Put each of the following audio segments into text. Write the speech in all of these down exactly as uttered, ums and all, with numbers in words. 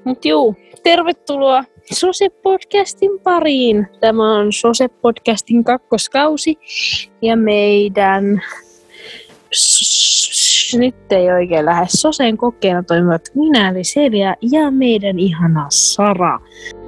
Mut juu, tervetuloa Sose-podcastin pariin. Tämä on Sose-podcastin kakkoskausi ja meidän... Nyt ei oikein lähde Sosen kokeena toimivat minä eli Selja ja meidän ihana Sara.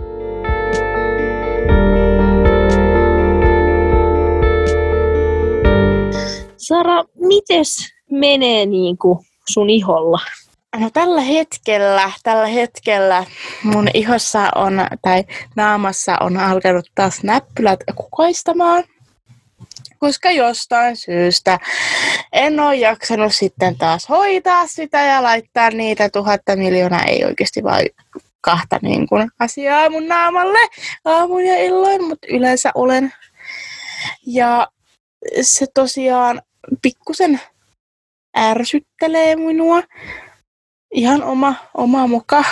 Sara, mites menee niinku sun iholla? No tällä hetkellä, tällä hetkellä mun ihossa on, tai naamassa on alkanut taas näppylät kukoistamaan, koska jostain syystä en ole jaksanut sitten taas hoitaa sitä ja laittaa niitä tuhatta miljoonaa, ei oikeasti vaan kahta niin kuin asiaa mun naamalle aamuin ja illoin, mutta yleensä olen. Ja se tosiaan pikkusen ärsyttelee minua. Ihan oma, oma muka.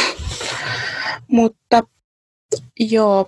Mutta joo.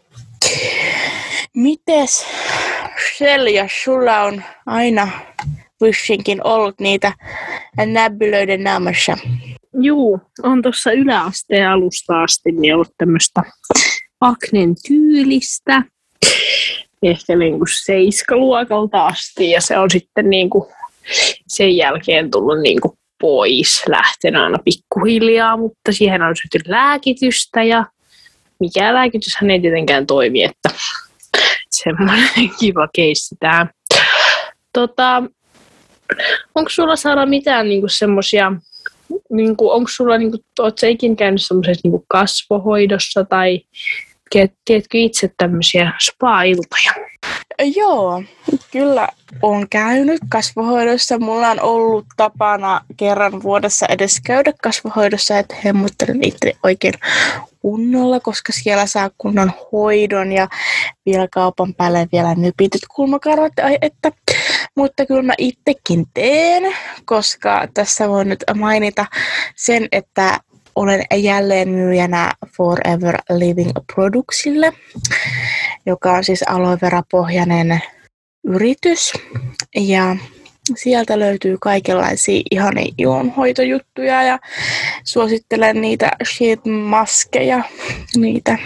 Mites Selja, sulla on aina vissinkin ollut niitä näbbylöiden naamassa? Juu, on tuossa yläasteen alusta asti niin ollut tämmöistä aknen tyylistä. Ehkä niinku seiskaluokalta asti ja se on sitten niinku sen jälkeen tullut niinku pois, lähten aina pikkuhiljaa, mutta siihen on syty lääkitystä ja mikään lääkityshän ei tietenkään toimi, että semmoinen kiva keissi tää. Tota, onko sulla Sara mitään niinku semmosia, niinku, onko sulla, niinku, oot sä ikin käynyt semmoisessa niinku kasvohoidossa tai teetkö itse tämmöisiä spa-iltoja? Joo, kyllä olen käynyt kasvohoidossa. Mulla on ollut tapana kerran vuodessa edes käydä kasvohoidossa, että hemmottelen itse oikein kunnolla, koska siellä saa kunnon hoidon ja vielä kaupan päälle vielä nypityt kulmakarvat. Ai että. Mutta kyllä mä itsekin teen, koska tässä voin nyt mainita sen, että olen jälleen myyjänä Forever Living Productsille, joka on siis aloe vera-pohjainen yritys. Ja sieltä löytyy kaikenlaisia ihania ihonhoitojuttuja ja suosittelen niitä sheet maskeja, niitä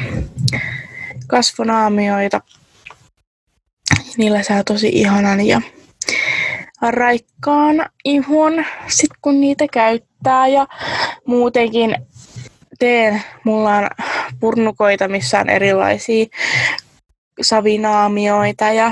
kasvonaamioita. Niillä saa tosi ihanan ja raikkaan ihon, sit kun niitä käyttää ja muutenkin teen, mulla on purnukoita, missä on erilaisia savinaamioita ja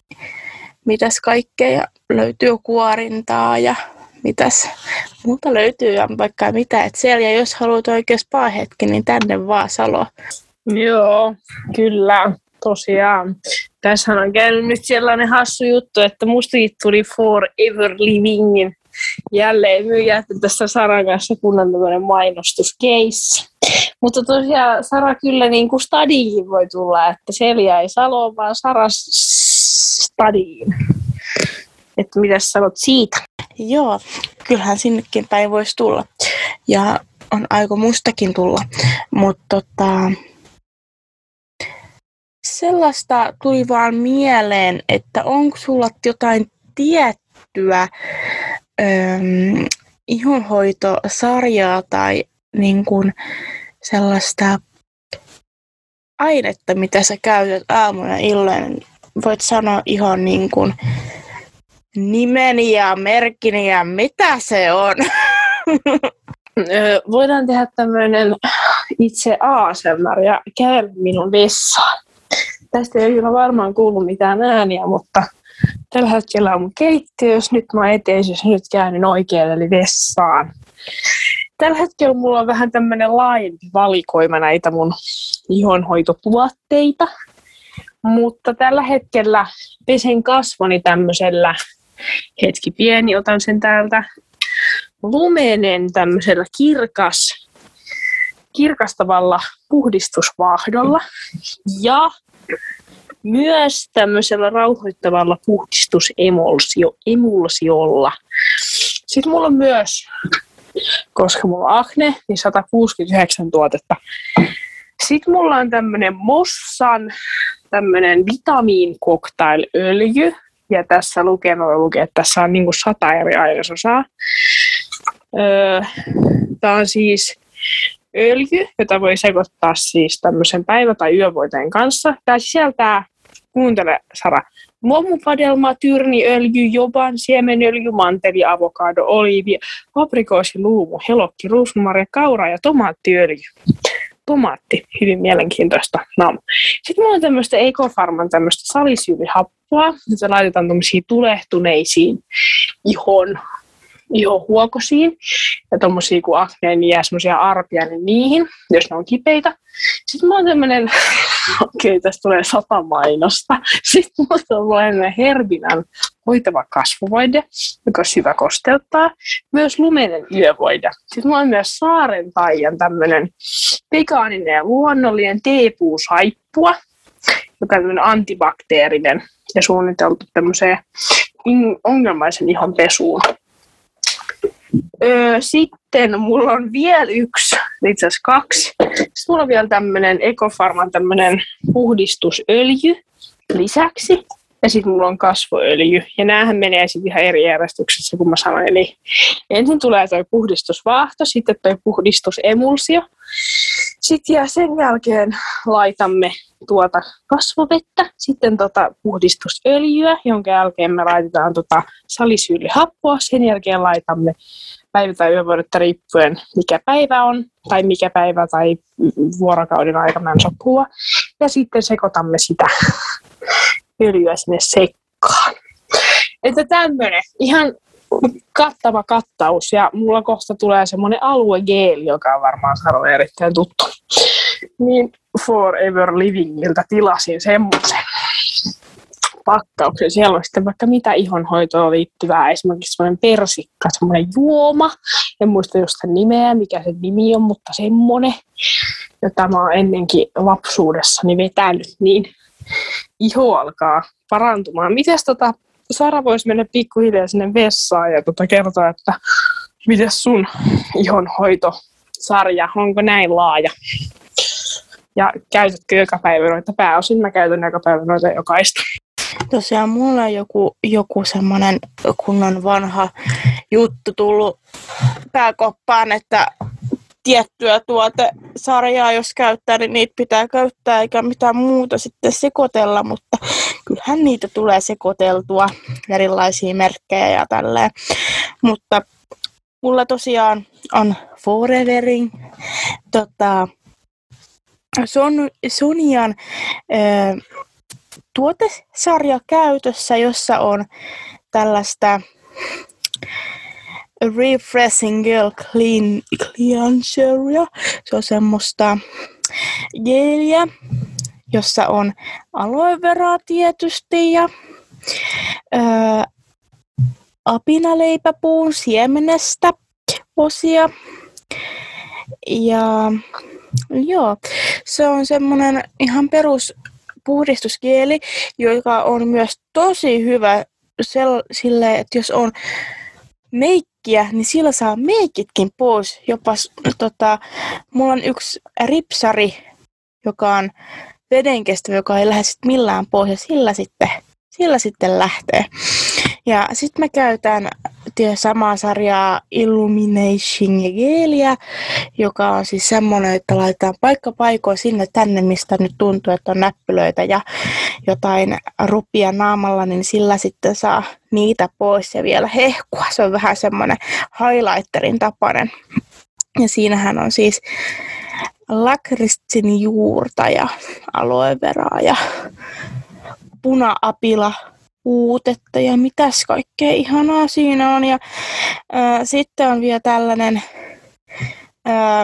mitäs kaikkea, löytyy kuorintaa ja mitäs multa löytyy ja vaikka mitä, et siellä jos haluat oikein spa-hetki, niin tänne vaan Salo. Joo, kyllä. Tosiaan. Tässähän on käynyt nyt sellainen hassu juttu, että mustakin tuli Forever Livingin jälleen myyjä, että tässä Saran kanssa kunnan tämmöinen mainostuskeissi. Mutta tosiaan Sara kyllä niin kuin stadiin voi tulla, että Selja ei Saloon, vaan Sara stadiin. Että mitäs sanot siitä? Joo, kyllähän sinnekin päin voisi tulla. Ja on aiko mustakin tulla, mutta tota... Sellaista tuli vaan mieleen, että onko sulla jotain tiettyä ähm, ihonhoitosarjaa tai niin kuin sellaista ainetta, mitä sä käytät aamuina ja illoin. Voit sanoa ihan niin kuin nimeni ja merkkini ja mitä se on. Voidaan tehdä tämmöinen itse A S M R ja käydä minun vessaan. Tästä ei kyllä varmaan kuulu mitään ääniä, mutta tällä hetkellä on mun keittiö, jos nyt mä eteisessä nyt käyn oikein, eli vessaan. Tällä hetkellä mulla on vähän tämmönen laajempi valikoima näitä mun ihonhoitotuotteita, mutta tällä hetkellä pesen kasvoni tämmöisellä, hetki pieni, otan sen täältä, lumenen tämmöisellä kirkas, kirkastavalla puhdistusvaahdolla ja myös tämmöisellä rauhoittavalla puhdistusemulsiolla. Sitten mulla on myös, koska mulla on akne, niin sata kuusikymmentäyhdeksän tuotetta. Sitten mulla on tämmönen Mossan tämmönen vitamiin cocktail-öljy. Ja tässä lukee, lukee, että tässä on niinku sata eri ainesosaa. Öö, tää on siis öljy, jota voi sekoittaa siis tämmöisen päivä- tai yövoiteen kanssa. Tämä sisältää, kuuntele Sara, luomuvadelma, tyrniöljy, joban, siemenöljy, manteli, avokado, oliivi, aprikoosi, luumu, helokki, ruusmarja, kaura ja tomaattiöljy. Tomaatti, hyvin mielenkiintoista. No. Sitten mulla on tämmöistä Ecofarman tämmöistä salisyylihappoa, jota laitetaan tämmöisiin tulehtuneisiin ihon, ihohuokosiin ja tommosia kuin akneen ja semmoisia arpia, niin niihin, jos ne on kipeitä. Sitten mulla on tämmönen, okei, okay, tästä tulee sata mainosta. Sitten mulla on tämmönen Herbinan hoitava kasvovoide, joka on hyvä kosteuttaa. Myös lumenen yövoide. Sitten mulla on myös Saaren Taian tämmönen vegaaninen ja luonnollinen teepuusaippua, joka on tämmönen antibakteerinen ja suunniteltu tämmöiseen ongelmaisen ihon pesuun. Öö, sitten mulla on vielä yksi, itse asiassa kaksi. Sitten mulla on vielä tämmönen Ecofarman tämmönen puhdistusöljy lisäksi. Ja sitten mulla on kasvoöljy. Ja näähän menee sitten ihan eri järjestyksessä, kun mä sanoin. Eli ensin tulee toi puhdistusvaahto, sitten toi puhdistusemulsio. Sitten ja sen jälkeen laitamme tuota kasvovettä, sitten tota puhdistusöljyä, jonka jälkeen me laitetaan tota salisyylihappoa. Sen jälkeen laitamme päivä- tai yövuodetta riippuen mikä päivä on, tai mikä päivä tai vuorokauden aikana en saa puhua. Ja sitten sekoitamme sitä öljyä sinne sekkaan. Että tämmönen ihan kattava kattaus, ja mulla kohta tulee semmonen aluegeeli, joka on varmaan Sarolle erittäin tuttu. Niin Forever Livingiltä tilasin semmoisen pakkauksen. Siellä on sitten vaikka mitä ihonhoitoon liittyvää, esimerkiksi semmoinen persikka, semmoinen juoma. En muista just sen nimeä, mikä se nimi on, mutta semmoinen, jota mä oon ennenkin lapsuudessani vetänyt, niin iho alkaa parantumaan. Mites tota, Sara voisi mennä pikkuhiljaa sinne vessaan ja tota kertoa, että mites sun ihonhoitosarja, onko näin laaja? Ja käytätkö joka päivä noita? Pääosin mä käytän joka päivä noita jokaista. Tosiaan mulla on joku, joku semmoinen kunnon vanha juttu tullut pääkoppaan, että tiettyä tuotesarjaa, jos käyttää, niin niitä pitää käyttää eikä mitään muuta sitten sekoitella, mutta kyllähän niitä tulee sekoiteltua, erilaisia merkkejä ja tälleen. Mutta mulla tosiaan on Foreverin tota, Son, Sonian ö, tuotesarja käytössä, jossa on tällaista Refreshing Gel Clean Cleanseria. Se on semmoista geeliä, jossa on aloe veraa tietysti ja ää, apinaleipäpuun siemenestä osia. Ja joo, se on semmoinen ihan perus puhdistusgeeli, joka on myös tosi hyvä sel- sille, että jos on meikkiä, niin sillä saa meikitkin pois. Jopa tota, mulla on yksi ripsari, joka on vedenkestävä, joka ei lähde sit millään pois, ja sillä sitten, sillä sitten lähtee. Ja sitten mä käytän samaa sarjaa Illumination geeliä, joka on siis semmoinen, että laitetaan paikka paikoin sinne tänne, mistä nyt tuntuu, että on näppylöitä ja jotain rupia naamalla, niin sillä sitten saa niitä pois ja vielä hehkua. Se on vähän semmoinen highlighterin tapainen. Ja siinähän on siis lakritsin juurta ja aloe veraa ja puna-apila uutetta ja mitäs kaikkea ihanaa siinä on. Ja ää, sitten on vielä tällainen, ää,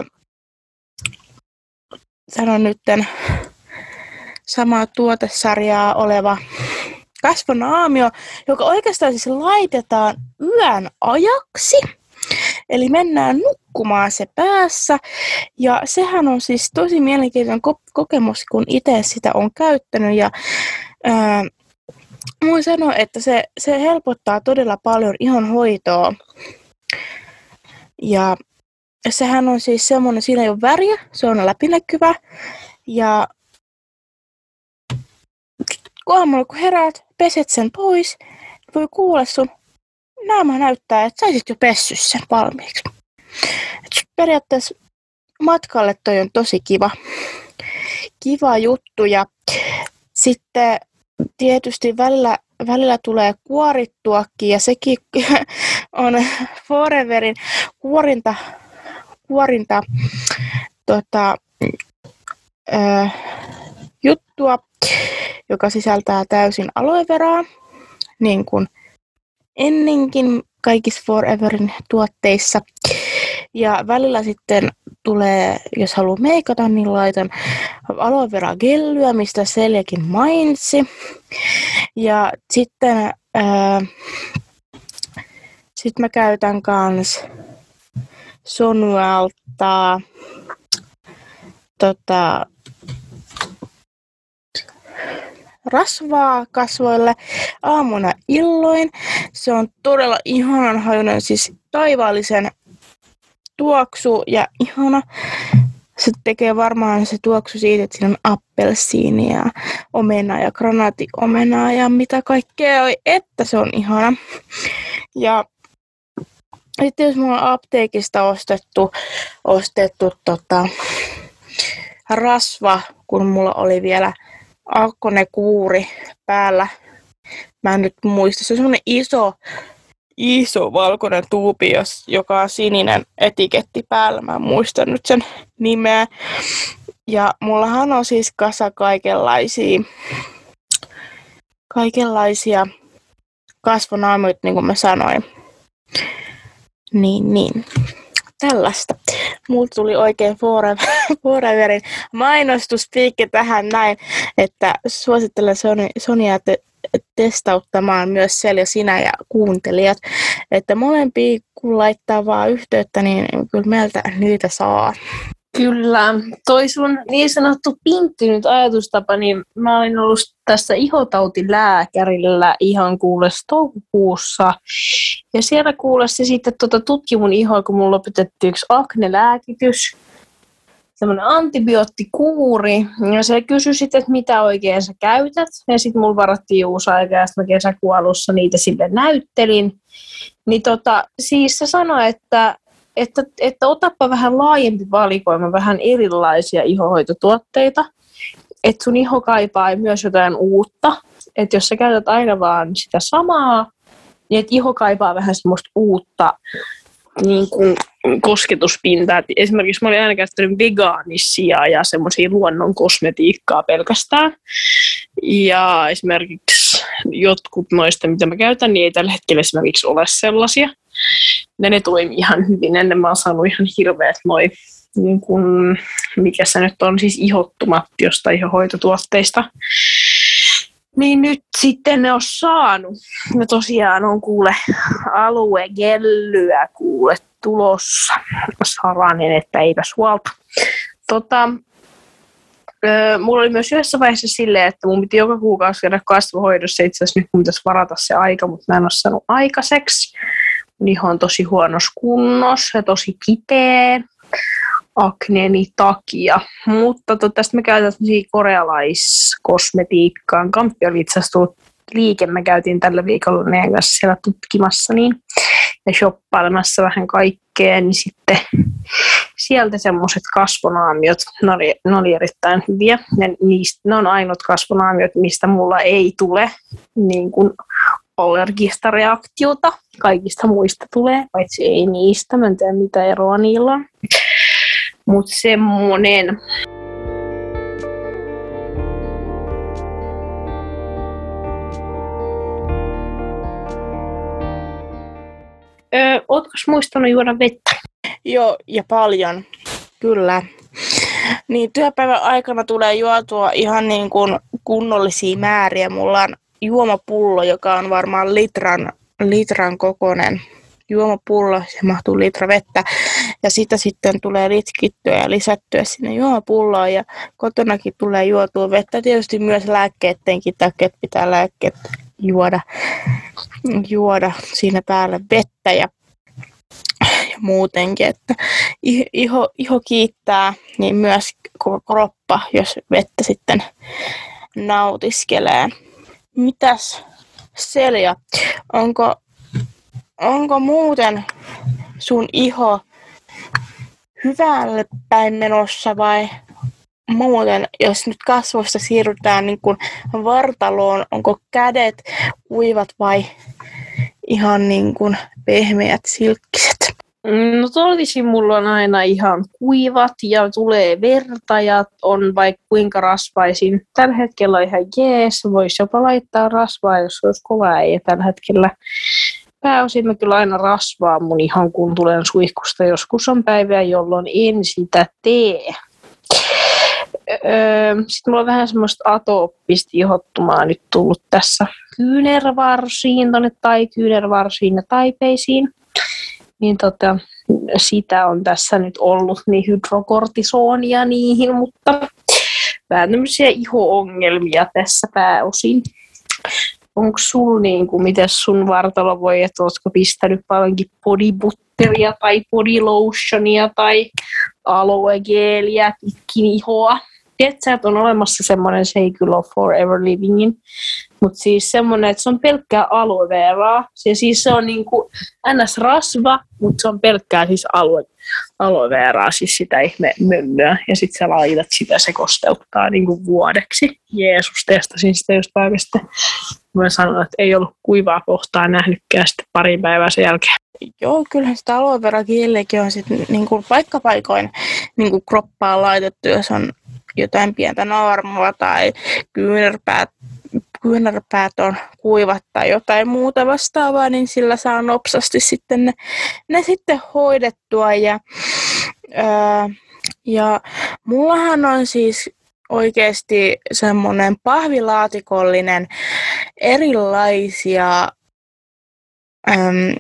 sanon nytten, samaa tuotesarjaa oleva kasvonaamio, joka oikeastaan siis laitetaan yön ajaksi. Eli mennään nukkumaan se päässä. Ja sehän on siis tosi mielenkiintoinen kokemus, kun itse sitä on käyttänyt. Ja ää, voin sanoa, että se, se helpottaa todella paljon ihon hoitoa. Ja sehän on siis semmoinen, siinä ei ole väriä, se on läpinäkyvä. Ja kun aamulla kun heräät, peset sen pois, voi kuulla sun naama näyttää, että sä olisit jo pessyt sen valmiiksi. Et periaatteessa matkalle toi on tosi kiva, kiva juttu. Ja sitten tietysti välillä, välillä tulee kuorittuakin ja sekin on Foreverin kuorinta, kuorinta tota, ö, juttua, joka sisältää täysin aloe veraa, niin kuin ennenkin kaikissa Foreverin tuotteissa. Ja välillä sitten tulee, jos haluaa meikata, niin laitan aloe vera gellyä, mistä Seljakin mainitsi. Ja sitten ää, sit mä käytän kans Sonualta tota, rasvaa kasvoille aamuna illoin. Se on todella ihanan hajuinen, siis taivaallisen tuoksu ja ihana. Se tekee varmaan se tuoksu siitä, että siinä on appelsiinia, omenaa ja granaattiomenaa ja mitä kaikkea, että se on ihana. Ja sitten jos mulla on apteekista ostettu, ostettu tota, rasva, kun mulla oli vielä akkonekuuri päällä. Mä en nyt muista. Se on semmonen iso, iso valkoinen tuubi, joka on sininen etiketti päällä. Mä en muista nyt sen nimeä. Ja mullahan on siis kasa kaikenlaisia, kaikenlaisia kasvonaamioita, niin kuin mä sanoin. Niin, niin. Tällaista. Mulla tuli oikein Foreverin mainostuspiikki tähän näin, että suosittelen Sonia te- testauttamaan myös Selja, sinä ja kuuntelijat, että molempia kun laittaa vaan yhteyttä, niin kyllä meiltä niitä saa. Kyllä. Toi sun niin sanottu pinttynyt ajatustapa, niin mä olin ollut tässä ihotautilääkärillä ihan kuules toukokuussa. Ja siellä kuules se sitten tota, tutki mun ihoa, kun mulla lopetettiin yksi aknelääkitys. Semmoinen antibioottikuuri. Ja se kysyi sitten, että mitä oikein sä käytät. Ja sitten mulla varattiin uusi aika ja sitten mä kesäkuun alussa niitä sille näyttelin. Niin tota, siis se sanoi, että Että, että otappa vähän laajempi valikoima, vähän erilaisia ihohoitotuotteita, että sun iho kaipaa myös jotain uutta, että jos sä käytät aina vaan sitä samaa, niin että iho kaipaa vähän semmoista uutta niin kuin kosketuspintaa. Et esimerkiksi mä olin aina käyttänyt vegaanisia ja semmoisia luonnon kosmetiikkaa pelkästään. Ja esimerkiksi jotkut noista, mitä mä käytän, niin ei tällä hetkellä esimerkiksi ole sellaisia. Ja ne toimii ihan hyvin. Ennen mä oon saanut ihan hirveät noi, niin kun, mikä se nyt on, siis ihottumat jostain ihohoitotuotteista. Niin nyt sitten ne on saanut. Ja tosiaan on kuule aluegellyä kuule tulossa. Saranen, että eipäs huolta. Tota, öö, mulla oli myös yhdessä vaiheessa silleen, että mun piti joka kuukausi käydä kasvohoidossa. Itse asiassa nyt mun pitäisi varata se aika, mutta mä en ole saanut aikaiseksi. Mun iho on tosi huonossa kunnossa ja tosi kipeä akneeni takia. Mutta to, tästä me käytetään korealaiskosmetiikkaa. Kamppi oli itse asiassa tullut liike. Me käytiin tällä viikolla meidän kanssa siellä tutkimassa niin, ja shoppailemassa vähän kaikkea. Niin sitten sieltä semmoiset kasvonaamiot, ne oli, ne oli erittäin hyviä. Ne, niistä, ne on ainut kasvonaamiot, mistä mulla ei tule niin kuin allergista reaktiota. Kaikista muista tulee, paitsi ei niistä. Mä en tiedä, mitä eroa niillä on. Mut semmonen. Öö, ootko muistanut juoda vettä? Joo, ja paljon. Kyllä. Niin työpäivän aikana tulee juotua ihan niin kuin kunnollisia määriä. Mulla on juomapullo, joka on varmaan litran, litran kokoinen juomapullo. Se mahtuu litra vettä. Ja sitä sitten tulee ritkittyä ja lisättyä sinne juomapulloon. Ja kotonakin tulee juotua vettä. Tietysti myös lääkkeettenkin takia pitää lääkkeet juoda, juoda siinä päälle vettä. Ja ja muutenkin, että iho, iho kiittää, niin myös koko kroppa, jos vettä sitten nautiskelee. Mitäs Selja, onko, onko muuten sun iho hyvälle päin menossa vai muuten, jos nyt kasvoista siirrytään niin kuin vartaloon, onko kädet kuivat vai ihan niin kuin pehmeät silkkiset? No toisin mulla on aina ihan kuivat ja tulee verta ja on vaikka kuinka rasvaisin. Tällä hetkellä on ihan jees, voisi jopa laittaa rasvaa, jos olisi kova äijä tällä hetkellä. Pääosin mä kyllä aina rasvaa mun ihan kun tulen suihkusta. Joskus on päivää, jolloin en sitä tee. Öö, Sitten mulla on vähän semmoista atooppista ihottumaa nyt tullut tässä kyynärvarsiin, tonne tai kyynärvarsiin ja taipeisiin. Niin tota, sitä on tässä nyt ollut niin hydrokortisonia niihin, mutta vähän tämmöisiä iho-ongelmia tässä pääosin. Onko sulla niin kuin, miten sun vartalo voi, että ootko pistänyt paljonkin bodybutteria tai bodylotionia tai aloe-geeliä pitkin ihoa? Tiedätkö, että on olemassa semmoinen, se ei kyllä ole Forever Livingin, mutta siis semmoinen, että se on pelkkää aloe veraa. Ja siis se on niin kuin ns-rasva, mutta se on pelkkää siis aloe, aloe veraa, siis sitä ihme mömmöä. Ja sitten sä laitat sitä, se kosteuttaa niin kuin vuodeksi. Jeesus, testasin sitä just päivä sitten. Mä sanoin, että ei ollut kuivaa kohtaa nähnytkään sitten parin päivää sen jälkeen. Joo, kyllähän sitä aloe vera geeliäkin on sitten niin kuin paikkapaikoin niin kuin kroppaan laitettu, jos on jotain pientä naarmua tai kyynärpäät, kyynärpäät on kuivat tai jotain muuta vastaavaa, niin sillä saa nopsasti sitten ne, ne sitten hoidettua. Ja, ää, ja mullahan on siis oikeasti semmoinen pahvilaatikollinen erilaisia äm,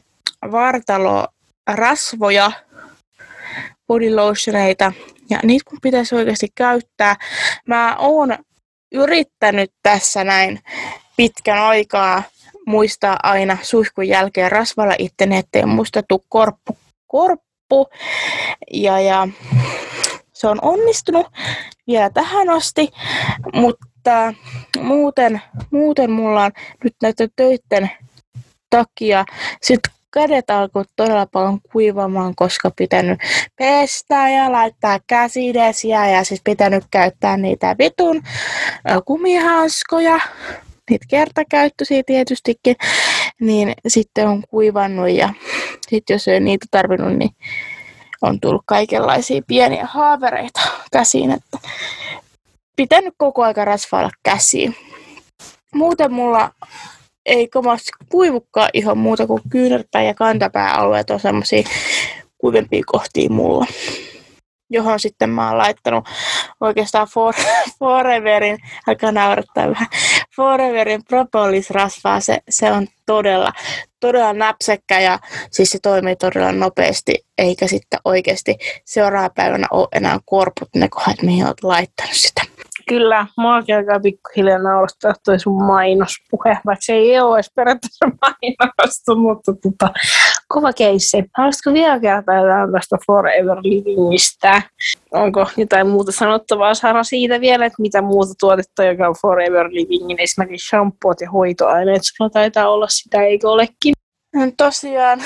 vartalorasvoja, bodylotioneita, ja niitä kun pitäisi oikeasti käyttää. Mä oon yrittänyt tässä näin pitkän aikaa muistaa aina suihkun jälkeen rasvalla itteni, ettei musta tuu korppu, korppu. Ja, ja se on onnistunut vielä tähän asti, mutta muuten, muuten mulla on nyt näitä töiden takia sit kädet alkoi todella paljon kuivamaan, koska pitänyt pestä ja laittaa käsidesiä ja siis pitänyt käyttää niitä vitun kumihanskoja, niitä kertakäyttöisiä tietystikin, niin sitten on kuivannut ja sitten jos ei niitä tarvinnut, niin on tullut kaikenlaisia pieniä haavereita käsiin, että pitänyt koko aika rasvailla käsiin. Muuten mulla ei kovasti kuivukkaan ihan muuta kuin kyynärpää- ja kantapääalueet on semmosia kuivempia kohtia mulla, johon sitten mä oon laittanut oikeastaan for, Foreverin, alkaa naurattaa vähän, Foreverin propolisrasvaa. Se, se on todella, todella näpsäkkä ja siis se toimii todella nopeasti, eikä sitten oikeasti seuraavana päivänä ole enää korput ne kohdat, mihin oot laittanut sitä. Kyllä, muakin alkaa pikkuhiljaa naurattaa toi sun mainospuhe, vaikka se ei ole edes periaatteessa mainosta, mutta tota, kova keissi. Haluaisitko vielä kertaa jotain tästä Forever Livingistä? Onko jotain muuta sanottavaa, Sara, siitä vielä, että mitä muuta tuotetta, joka on Forever Livingin, esimerkiksi shampoot ja hoitoaineet, sulla taitaa olla sitä, eikö olekin? Tosiaan,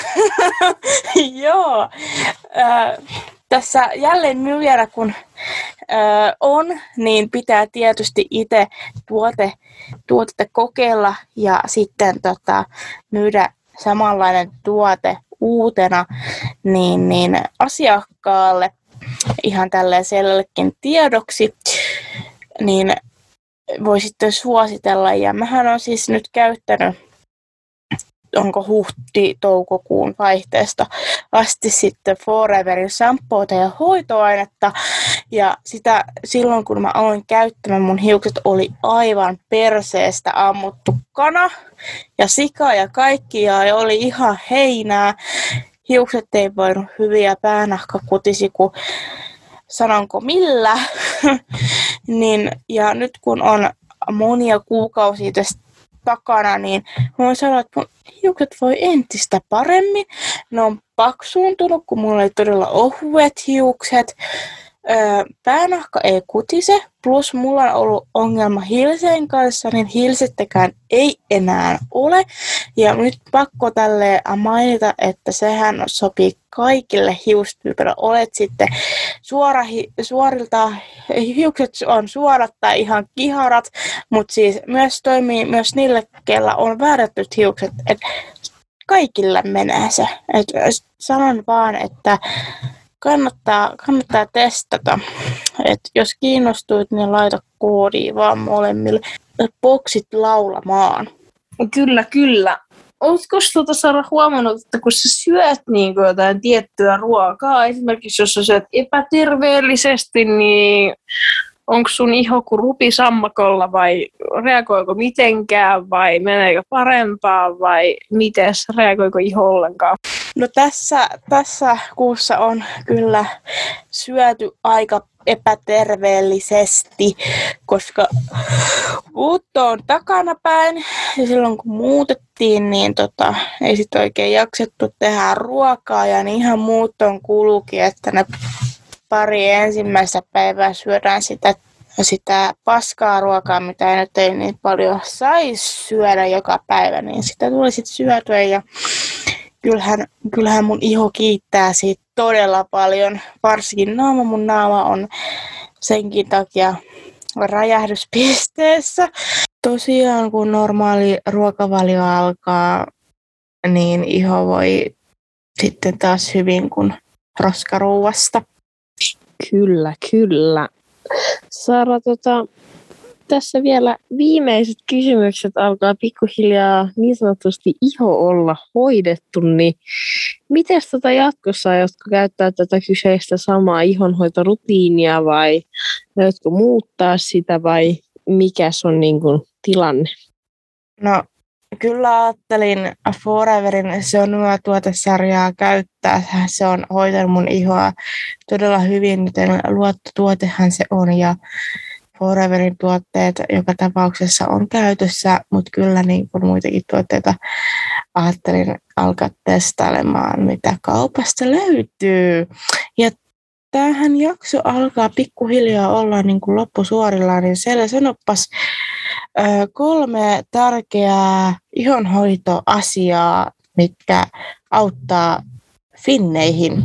joo. Äh, tässä jälleen myyjänä kun äh, on, niin pitää tietysti itse tuote, tuotetta kokeilla ja sitten tota, myydä samanlainen tuote uutena niin, niin asiakkaalle ihan tälleen sellekin tiedoksi, niin voi sitten suositella. Ja mähän on siis nyt käyttänyt, onko huhti-toukokuun vaihteesta asti sitten Foreverin shampoota ja hoitoainetta. Ja sitä silloin, kun mä aloin käyttämään, mun hiukset oli aivan perseestä ammuttu kana ja sika ja kaikki ja oli ihan heinää. Hiukset ei voinut hyviä, päänahka kutisi, kun sanonko millä. niin, ja nyt kun on monia kuukausia tästä takana, niin voin sanoa, että mun hiukset voi entistä paremmin. Ne on paksuuntunut, kun mulla oli todella ohuet hiukset. Öö, päänahka ei kutise, plus mulla on ollut ongelma hilseen kanssa, niin hilsettekään ei enää ole. Ja nyt pakko tälleen mainita, että sehän sopii kaikille hiustyypeille. Olet sitten suora, suorilta, hiukset on suorat tai ihan kiharat, mutta siis myös toimii myös niille, kellä on väärätyt hiukset. Et kaikille menee se. Et sanon vaan, että Kannattaa, kannattaa testata. Et jos kiinnostuit, niin laita koodia vaan molemmille boksit laulamaan. Kyllä, kyllä. Oletko tuota, Sara, huomannut, että kun sä syöt niin kuin jotain tiettyä ruokaa, esimerkiksi jos sä syöt epäterveellisesti, niin onko sun iho kuin rupisammakolla vai reagoiko mitenkään vai meneekö parempaa vai miten reagoiko iho ollenkaan? No tässä, tässä kuussa on kyllä syöty aika epäterveellisesti, koska muutto on takanapäin ja silloin kun muutettiin, niin tota, ei sit oikein jaksettu tehdä ruokaa ja niin ihan muuttoon kulukin, että ne pari ensimmäistä päivää syödään sitä, sitä paskaa ruokaa, mitä ei nyt ei niin paljon saisi syödä joka päivä, niin sitä tuli sitten syötyä ja Kyllähän, kyllähän mun iho kiittää siitä todella paljon, varsinkin naama. Mun naama on senkin takia räjähdyspisteessä. Tosiaan kun normaali ruokavalio alkaa, niin iho voi sitten taas hyvin kuin roskaruuasta. Kyllä, kyllä. Sara, tota, tässä vielä viimeiset kysymykset alkaa pikkuhiljaa niin sanotusti iho olla hoidettu, niin miten tota jatkossa aiotko käyttää tätä kyseistä samaa ihonhoitorutiinia vai aiotko muuttaa sitä vai mikä on niin kuin tilanne? No kyllä ajattelin Foreverin Sonua-tuotesarjaa käyttää. Se on hoitanut mun ihoa todella hyvin, joten luottotuotehan se on ja Foreverin tuotteet joka tapauksessa on käytössä, mutta kyllä niin kuin muitakin tuotteita ajattelin alkaa testailemaan, mitä kaupasta löytyy. Ja tämähän jakso alkaa pikkuhiljaa olla niin kuin loppusuorilla, niin siellä sanoppas ö, kolme tärkeää ihonhoitoasiaa, mitkä auttaa finneihin.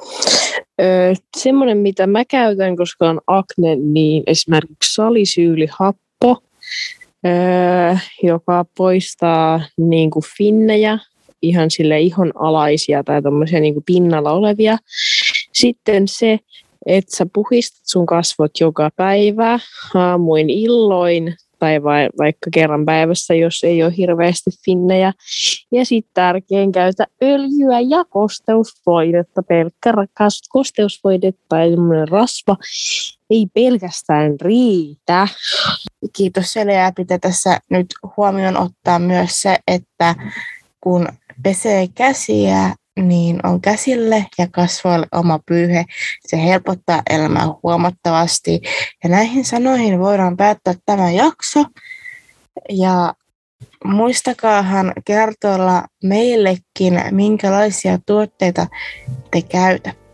Öö, semmoinen, mitä mä käytän, koska on akne, niin esimerkiksi salisyylihappo, öö, joka poistaa niin kuin finnejä, ihan sille ihonalaisia tai tommosia niin kuin pinnalla olevia. Sitten se, että sä puhistat sun kasvot joka päivä, aamuin illoin tai vai, vaikka kerran päivässä, jos ei ole hirveästi finnejä. Ja sitten tärkein, käytä öljyä ja kosteusvoidetta, pelkkä rakas kosteusvoide tai rasva ei pelkästään riitä. Kiitos Selja, pitää tässä nyt huomioon ottaa myös se, että kun pesee käsiä, niin on käsille ja kasvoille oma pyyhe. Se helpottaa elämää huomattavasti. Ja näihin sanoihin voidaan päättää tämä jakso. Ja muistakaahan kertoilla meillekin, minkälaisia tuotteita te käytätte,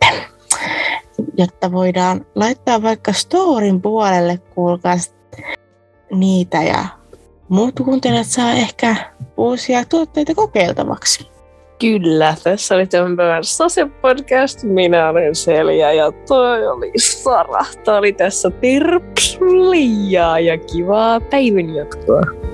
jotta voidaan laittaa vaikka storin puolelle, kuulkaa niitä ja muut kuuntelijat saa ehkä uusia tuotteita kokeiltavaksi. Kyllä, tässä oli tämän päivän Sase-podcast. Minä olen Selja ja toi oli Sara. Tämä oli tässä Terpsulia ja kivaa päivänjatkoa.